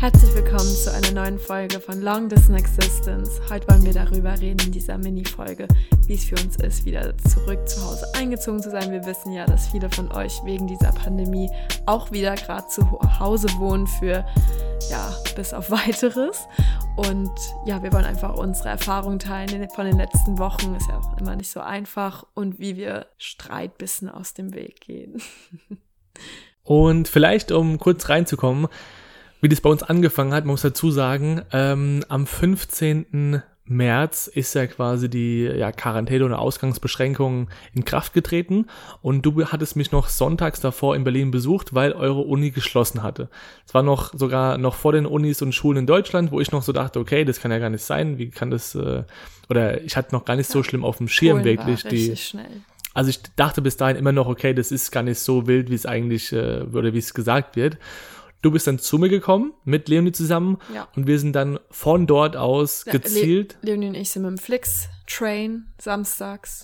Herzlich willkommen zu einer neuen Folge von Long Distance Existence. Heute wollen wir darüber reden in dieser Mini-Folge, wie es für uns ist, wieder zurück zu Hause eingezogen zu sein. Wir wissen ja, dass viele von euch wegen dieser Pandemie auch wieder gerade zu Hause wohnen für, bis auf Weiteres. Und ja, wir wollen einfach unsere Erfahrungen teilen von den letzten Wochen. Ist ja auch immer nicht so einfach. Und wie wir Streitbissen aus dem Weg gehen. Und vielleicht, um kurz reinzukommen, wie das bei uns angefangen hat, man muss dazu sagen, am 15. März ist ja quasi die Quarantäne oder Ausgangsbeschränkung in Kraft getreten und du hattest mich noch sonntags davor in Berlin besucht, weil eure Uni geschlossen hatte. Es war sogar noch vor den Unis und Schulen in Deutschland, wo ich noch so dachte, okay, das kann ja gar nicht sein, wie kann das, oder ich hatte noch gar nicht so schlimm auf dem Schirm Polen wirklich. War richtig schnell. Also ich dachte bis dahin immer noch, okay, das ist gar nicht so wild, wie es eigentlich, oder wie es gesagt wird. Du bist dann zu mir gekommen, mit Leonie zusammen, und wir sind dann von dort aus gezielt. Leonie und ich sind mit dem Flix-Train samstags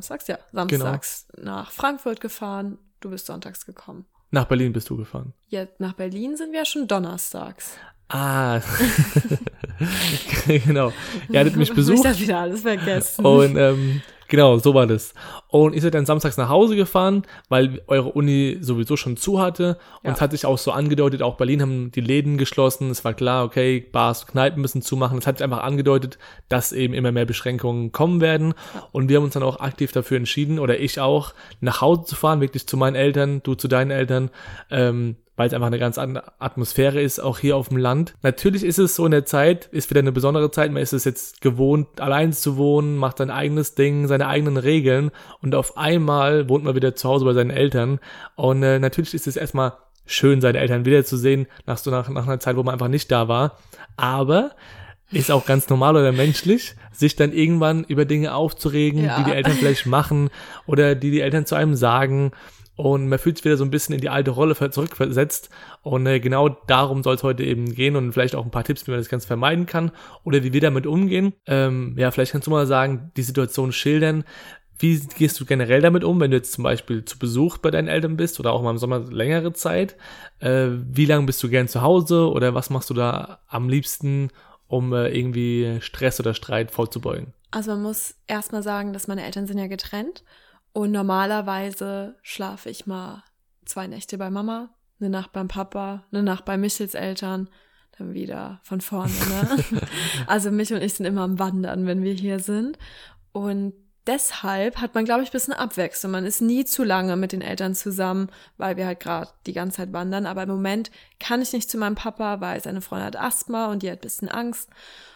nach Frankfurt gefahren. Du bist sonntags gekommen. Nach Berlin bist du gefahren. Ja, nach Berlin sind wir schon donnerstags. Ah, genau. Ihr hattet mich besucht. Ich hab wieder alles vergessen. Und genau, so war das. Und ich bin dann samstags nach Hause gefahren, weil eure Uni sowieso schon zu hatte. Und es hat sich auch so angedeutet, auch Berlin haben die Läden geschlossen. Es war klar, okay, Bars, Kneipen müssen zumachen. Es hat sich einfach angedeutet, dass eben immer mehr Beschränkungen kommen werden. Und wir haben uns dann auch aktiv dafür entschieden, oder ich auch, nach Hause zu fahren, wirklich zu meinen Eltern, du zu deinen Eltern, weil es einfach eine ganz andere Atmosphäre ist, auch hier auf dem Land. Natürlich ist es so in der Zeit, ist wieder eine besondere Zeit, man ist es jetzt gewohnt, allein zu wohnen, macht sein eigenes Ding, seine eigenen Regeln und auf einmal wohnt man wieder zu Hause bei seinen Eltern und natürlich ist es erstmal schön, seine Eltern wiederzusehen, nach einer Zeit, wo man einfach nicht da war, aber ist auch ganz normal oder menschlich, sich dann irgendwann über Dinge aufzuregen, die Eltern vielleicht machen oder die Eltern zu einem sagen. Und man fühlt sich wieder so ein bisschen in die alte Rolle zurückversetzt. Und genau darum soll es heute eben gehen und vielleicht auch ein paar Tipps, wie man das Ganze vermeiden kann oder wie wir damit umgehen. Vielleicht kannst du mal sagen, die Situation schildern. Wie gehst du generell damit um, wenn du jetzt zum Beispiel zu Besuch bei deinen Eltern bist oder auch mal im Sommer längere Zeit? Wie lange bist du gern zu Hause oder was machst du da am liebsten, um irgendwie Stress oder Streit vorzubeugen? Also man muss erstmal sagen, dass meine Eltern sind ja getrennt. Und normalerweise schlafe ich mal 2 Nächte bei Mama, eine Nacht beim Papa, eine Nacht bei Michels Eltern, dann wieder von vorne, ne? Also Mich und ich sind immer am Wandern, wenn wir hier sind. Und deshalb hat man, glaube ich, ein bisschen Abwechslung. Man ist nie zu lange mit den Eltern zusammen, weil wir halt gerade die ganze Zeit wandern. Aber im Moment kann ich nicht zu meinem Papa, weil seine Freundin hat Asthma und die hat ein bisschen Angst.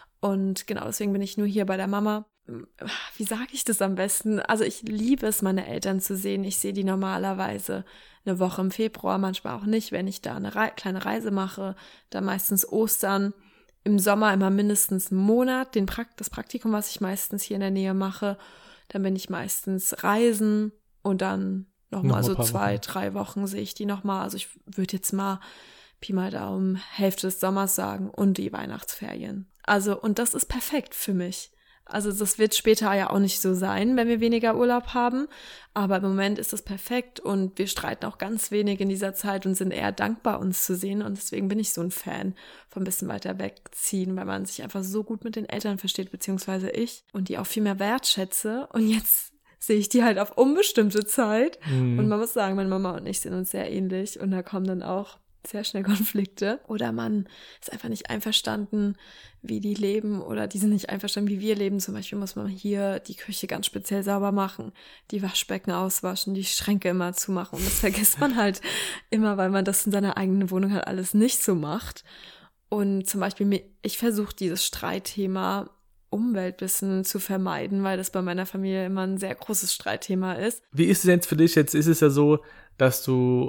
Und genau deswegen bin ich nur hier bei der Mama. Wie sage ich das am besten? Also ich liebe es, meine Eltern zu sehen. Ich sehe die normalerweise eine Woche im Februar, manchmal auch nicht, wenn ich da eine kleine Reise mache. Dann meistens Ostern, im Sommer immer mindestens einen Monat. Das Praktikum, was ich meistens hier in der Nähe mache, dann bin ich meistens reisen und dann nochmal so 2-3 Wochen sehe ich die nochmal. Also ich würde jetzt mal Pi mal Daumen Hälfte des Sommers sagen und die Weihnachtsferien. Also und das ist perfekt für mich. Also das wird später ja auch nicht so sein, wenn wir weniger Urlaub haben, aber im Moment ist das perfekt und wir streiten auch ganz wenig in dieser Zeit und sind eher dankbar, uns zu sehen und deswegen bin ich so ein Fan von ein bisschen weiter wegziehen, weil man sich einfach so gut mit den Eltern versteht, beziehungsweise ich und die auch viel mehr wertschätze und jetzt sehe ich die halt auf unbestimmte Zeit und man muss sagen, meine Mama und ich sind uns sehr ähnlich und da kommen dann auch sehr schnell Konflikte oder man ist einfach nicht einverstanden, wie die leben oder die sind nicht einverstanden, wie wir leben. Zum Beispiel muss man hier die Küche ganz speziell sauber machen, die Waschbecken auswaschen, die Schränke immer zumachen und das vergisst man halt immer, weil man das in seiner eigenen Wohnung halt alles nicht so macht. Und zum Beispiel, ich versuche dieses Streitthema Umweltwissen zu vermeiden, weil das bei meiner Familie immer ein sehr großes Streitthema ist. Wie ist es jetzt für dich? Jetzt ist es ja so, dass du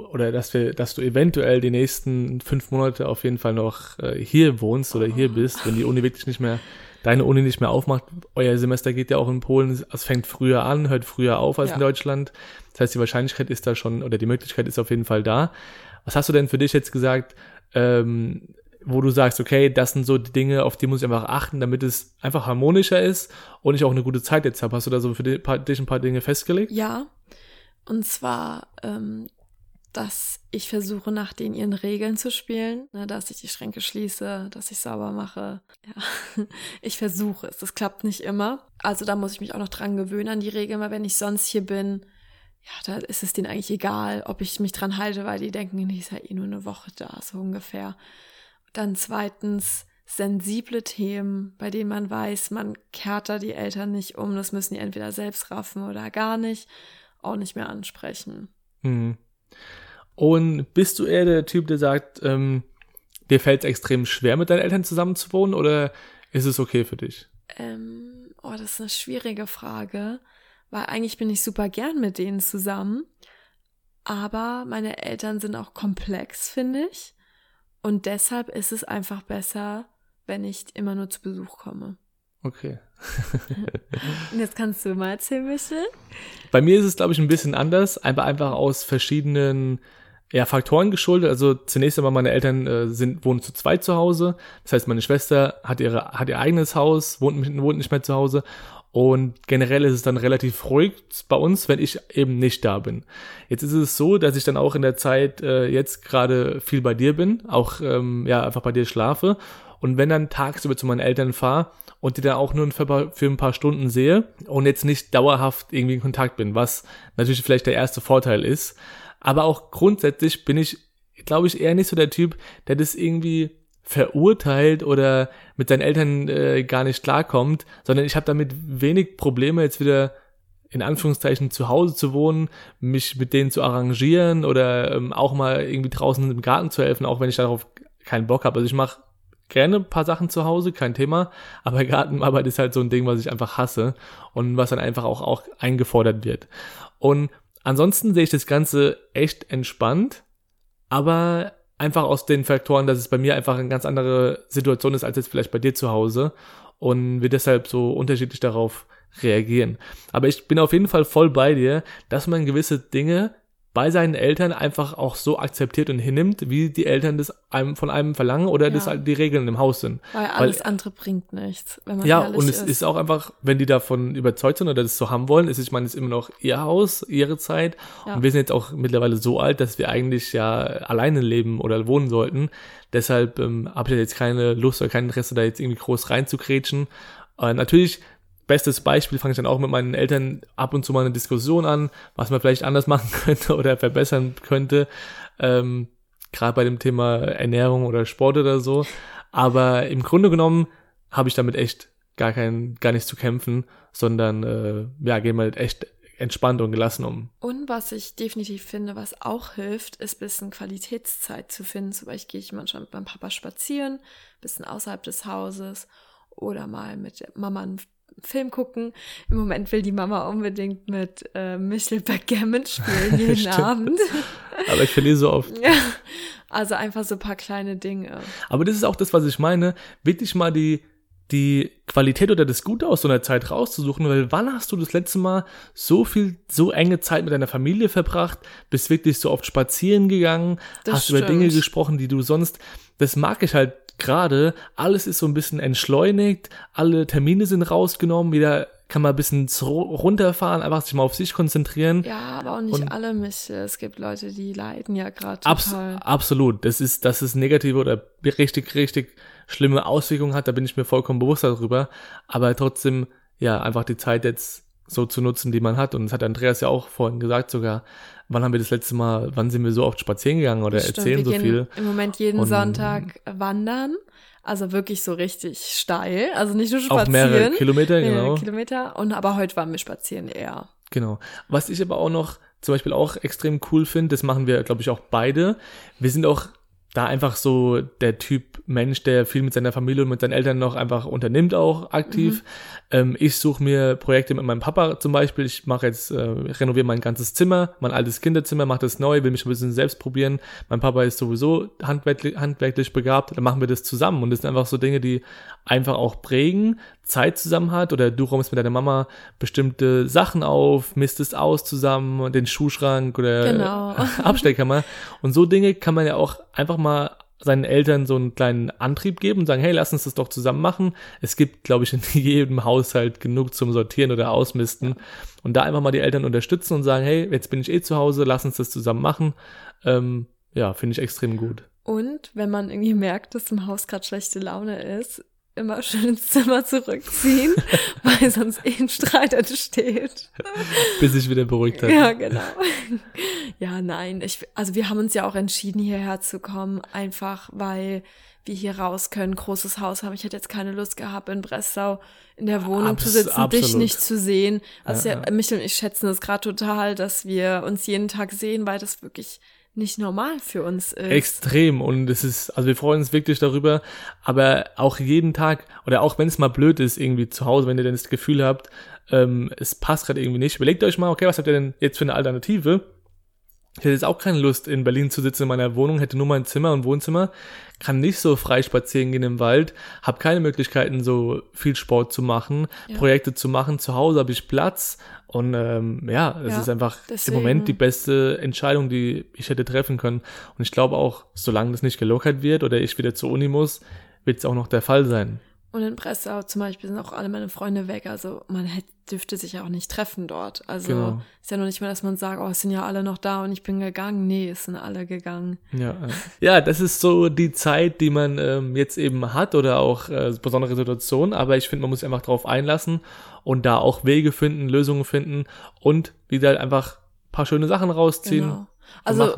eventuell die nächsten 5 Monate auf jeden Fall noch hier wohnst oder hier bist, wenn die Uni wirklich deine Uni nicht mehr aufmacht. Euer Semester geht ja auch in Polen, es fängt früher an, hört früher auf als in Deutschland. Das heißt, die Wahrscheinlichkeit ist da schon, oder die Möglichkeit ist auf jeden Fall da. Was hast du denn für dich jetzt gesagt, wo du sagst, okay, das sind so die Dinge, auf die muss ich einfach achten, damit es einfach harmonischer ist und ich auch eine gute Zeit jetzt habe. Hast du da so für dich ein paar Dinge festgelegt? Ja, und zwar dass ich versuche, nach denen ihren Regeln zu spielen, ne, dass ich die Schränke schließe, dass ich sauber mache. Ja, ich versuche es. Das klappt nicht immer. Also da muss ich mich auch noch dran gewöhnen an die Regeln, weil wenn ich sonst hier bin, ja, da ist es denen eigentlich egal, ob ich mich dran halte, weil die denken, die ist ja eh nur eine Woche da, so ungefähr. Dann zweitens sensible Themen, bei denen man weiß, man kehrt da die Eltern nicht um. Das müssen die entweder selbst raffen oder gar nicht, auch nicht mehr ansprechen. Mhm. Und bist du eher der Typ, der sagt, dir fällt es extrem schwer, mit deinen Eltern zusammenzuwohnen, oder ist es okay für dich? Das ist eine schwierige Frage, weil eigentlich bin ich super gern mit denen zusammen, aber meine Eltern sind auch komplex, finde ich. Und deshalb ist es einfach besser, wenn ich immer nur zu Besuch komme. Okay. Und jetzt kannst du mal erzählen, Michel. Bei mir ist es, glaube ich, ein bisschen anders, einfach aus verschiedenen Faktoren geschuldet. Also zunächst einmal, meine Eltern wohnen zu zweit zu Hause. Das heißt, meine Schwester hat ihr eigenes Haus, wohnt nicht mehr zu Hause. Und generell ist es dann relativ ruhig bei uns, wenn ich eben nicht da bin. Jetzt ist es so, dass ich dann auch in der Zeit jetzt gerade viel bei dir bin, auch einfach bei dir schlafe. Und wenn dann tagsüber zu meinen Eltern fahre und die dann auch nur für ein paar Stunden sehe und jetzt nicht dauerhaft irgendwie in Kontakt bin, was natürlich vielleicht der erste Vorteil ist. Aber auch grundsätzlich bin ich, glaube ich, eher nicht so der Typ, der das irgendwie verurteilt oder mit seinen Eltern gar nicht klarkommt, sondern ich habe damit wenig Probleme, jetzt wieder in Anführungszeichen zu Hause zu wohnen, mich mit denen zu arrangieren oder auch mal irgendwie draußen im Garten zu helfen, auch wenn ich darauf keinen Bock habe. Also ich mache gerne ein paar Sachen zu Hause, kein Thema, aber Gartenarbeit ist halt so ein Ding, was ich einfach hasse und was dann einfach auch eingefordert wird. Und ansonsten sehe ich das Ganze echt entspannt, aber einfach aus den Faktoren, dass es bei mir einfach eine ganz andere Situation ist, als jetzt vielleicht bei dir zu Hause und wir deshalb so unterschiedlich darauf reagieren. Aber ich bin auf jeden Fall voll bei dir, dass man gewisse Dinge bei seinen Eltern einfach auch so akzeptiert und hinnimmt, wie die Eltern das von einem verlangen oder das halt die Regeln im Haus sind. Weil alles andere bringt nichts, wenn man ehrlich ist. Ja, und es ist auch einfach, wenn die davon überzeugt sind oder das so haben wollen, es ist immer noch ihr Haus, ihre Zeit. Ja. Und wir sind jetzt auch mittlerweile so alt, dass wir eigentlich ja alleine leben oder wohnen sollten. Deshalb habe ich jetzt keine Lust oder kein Interesse, da jetzt irgendwie groß reinzukrätschen. Natürlich, bestes Beispiel, fange ich dann auch mit meinen Eltern ab und zu mal eine Diskussion an, was man vielleicht anders machen könnte oder verbessern könnte, gerade bei dem Thema Ernährung oder Sport oder so. Aber im Grunde genommen habe ich damit echt gar nichts zu kämpfen, sondern gehen wir halt echt entspannt und gelassen um. Und was ich definitiv finde, was auch hilft, ist ein bisschen Qualitätszeit zu finden. Zum Beispiel gehe ich manchmal mit meinem Papa spazieren, ein bisschen außerhalb des Hauses oder mal mit der Mama einen Film gucken. Im Moment will die Mama unbedingt mit Michel Backgammon spielen jeden Abend. Aber ich verliere so oft. Ja, also einfach so ein paar kleine Dinge. Aber das ist auch das, was ich meine. Wirklich mal die Qualität oder das Gute aus so einer Zeit rauszusuchen, weil wann hast du das letzte Mal so enge Zeit mit deiner Familie verbracht, bist wirklich so oft spazieren gegangen, hast über Dinge gesprochen, die du sonst, das mag ich halt gerade, alles ist so ein bisschen entschleunigt, alle Termine sind rausgenommen, jeder kann mal ein bisschen runterfahren, einfach sich mal auf sich konzentrieren. Ja, aber auch nicht alle, Michel. Es gibt Leute, die leiden ja gerade total. Absolut. Dass es negative oder richtig, richtig schlimme Auswirkungen hat, da bin ich mir vollkommen bewusst darüber. Aber trotzdem, ja, einfach die Zeit jetzt so zu nutzen, die man hat. Und das hat Andreas ja auch vorhin gesagt sogar. Wann sind wir so oft spazieren gegangen oder erzählen so viel? Im Moment jeden Sonntag wandern. Also wirklich so richtig steil. Also nicht nur spazieren. Auch mehrere Kilometer, genau. Kilometer. Aber heute waren wir spazieren eher. Genau. Was ich aber auch noch zum Beispiel auch extrem cool finde, das machen wir, glaube ich, auch beide. Wir sind auch da einfach so der Typ Mensch, der viel mit seiner Familie und mit seinen Eltern noch einfach unternimmt, auch aktiv. Ich suche mir Projekte mit meinem Papa zum Beispiel. Ich mache jetzt, renoviere mein ganzes Zimmer, mein altes Kinderzimmer, mache das neu, will mich ein bisschen selbst probieren. Mein Papa ist sowieso handwerklich begabt, dann machen wir das zusammen. Und das sind einfach so Dinge, die einfach auch prägen, Zeit zusammen hat, oder du räumst mit deiner Mama bestimmte Sachen auf, mistest aus zusammen, den Schuhschrank oder Abstellkammer. Und so Dinge kann man ja auch einfach mal seinen Eltern so einen kleinen Antrieb geben und sagen, hey, lass uns das doch zusammen machen. Es gibt, glaube ich, in jedem Haushalt genug zum Sortieren oder Ausmisten. Und da einfach mal die Eltern unterstützen und sagen, hey, jetzt bin ich zu Hause, lass uns das zusammen machen. Ja, finde ich extrem gut. Und wenn man irgendwie merkt, dass im Haus gerade schlechte Laune ist, immer schön ins Zimmer zurückziehen, weil sonst ein Streit entsteht. Bis sich wieder beruhigt hat. Ja, genau. Ja, nein, also wir haben uns ja auch entschieden, hierher zu kommen, einfach weil wir hier raus können, großes Haus haben. Ich hätte jetzt keine Lust gehabt, in Breslau in der Wohnung zu sitzen, absolut. Dich nicht zu sehen. Also Michael und ich schätzen das gerade total, dass wir uns jeden Tag sehen, weil das wirklich nicht normal für uns ist. Extrem, und also wir freuen uns wirklich darüber, aber auch jeden Tag, oder auch wenn es mal blöd ist irgendwie zu Hause, wenn ihr dann das Gefühl habt, es passt gerade irgendwie nicht, überlegt euch mal, okay, was habt ihr denn jetzt für eine Alternative? Ich hätte jetzt auch keine Lust, in Berlin zu sitzen in meiner Wohnung, hätte nur mein Zimmer und Wohnzimmer, kann nicht so frei spazieren gehen im Wald, habe keine Möglichkeiten, so viel Sport zu machen, Projekte zu machen. Zu Hause habe ich Platz und es ist einfach deswegen im Moment die beste Entscheidung, die ich hätte treffen können. Und ich glaube auch, solange das nicht gelockert wird oder ich wieder zur Uni muss, wird es auch noch der Fall sein. Und in Breslau zum Beispiel sind auch alle meine Freunde weg, also man dürfte sich ja auch nicht treffen dort. Also ist ja noch nicht mal, dass man sagt, es sind ja alle noch da und ich bin gegangen. Nee, es sind alle gegangen. Ja, das ist so die Zeit, die man jetzt eben hat oder auch besondere Situationen, aber ich finde, man muss sich einfach drauf einlassen und da auch Wege finden, Lösungen finden und wieder einfach ein paar schöne Sachen rausziehen. Genau. Also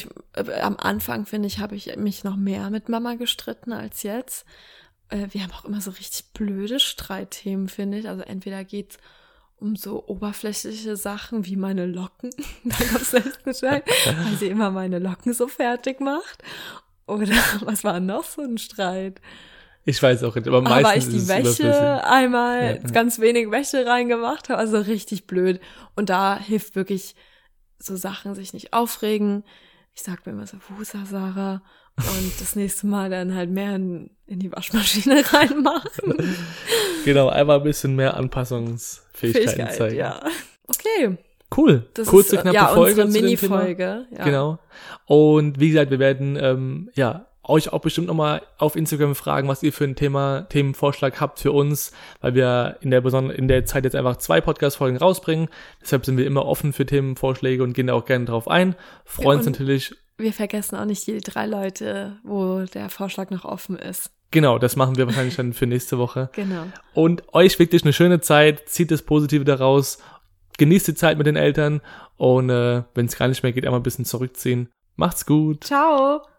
am Anfang, finde ich, habe ich mich noch mehr mit Mama gestritten als jetzt. Wir haben auch immer so richtig blöde Streitthemen, finde ich. Also entweder geht's um so oberflächliche Sachen wie meine Locken. Da gab es einen Streit, weil sie immer meine Locken so fertig macht. Oder was war noch so ein Streit? Ich weiß auch nicht, aber meistens ist es die Wäsche einmal ganz wenig Wäsche reingemacht habe. Also richtig blöd. Und da hilft wirklich so Sachen, sich nicht aufregen. Ich sag mir immer so, Wusa, Sarah. Und das nächste Mal dann halt mehr in die Waschmaschine reinmachen. Genau, einmal ein bisschen mehr Anpassungsfähigkeiten zeigen. Ja. Okay. Cool. Das kurze, ist, knappe Folge. Unsere Mini-Folge. Ja. Genau. Und wie gesagt, wir werden euch auch bestimmt nochmal auf Instagram fragen, was ihr für ein Themenvorschlag habt für uns, weil wir in der Zeit jetzt einfach 2 Podcast-Folgen rausbringen. Deshalb sind wir immer offen für Themenvorschläge und gehen da auch gerne drauf ein. Freuen uns natürlich. Wir vergessen auch nicht die 3 Leute, wo der Vorschlag noch offen ist. Genau, das machen wir wahrscheinlich dann für nächste Woche. Genau. Und euch wirklich eine schöne Zeit, zieht das Positive daraus, genießt die Zeit mit den Eltern und wenn es gar nicht mehr geht, einmal ein bisschen zurückziehen. Macht's gut. Ciao.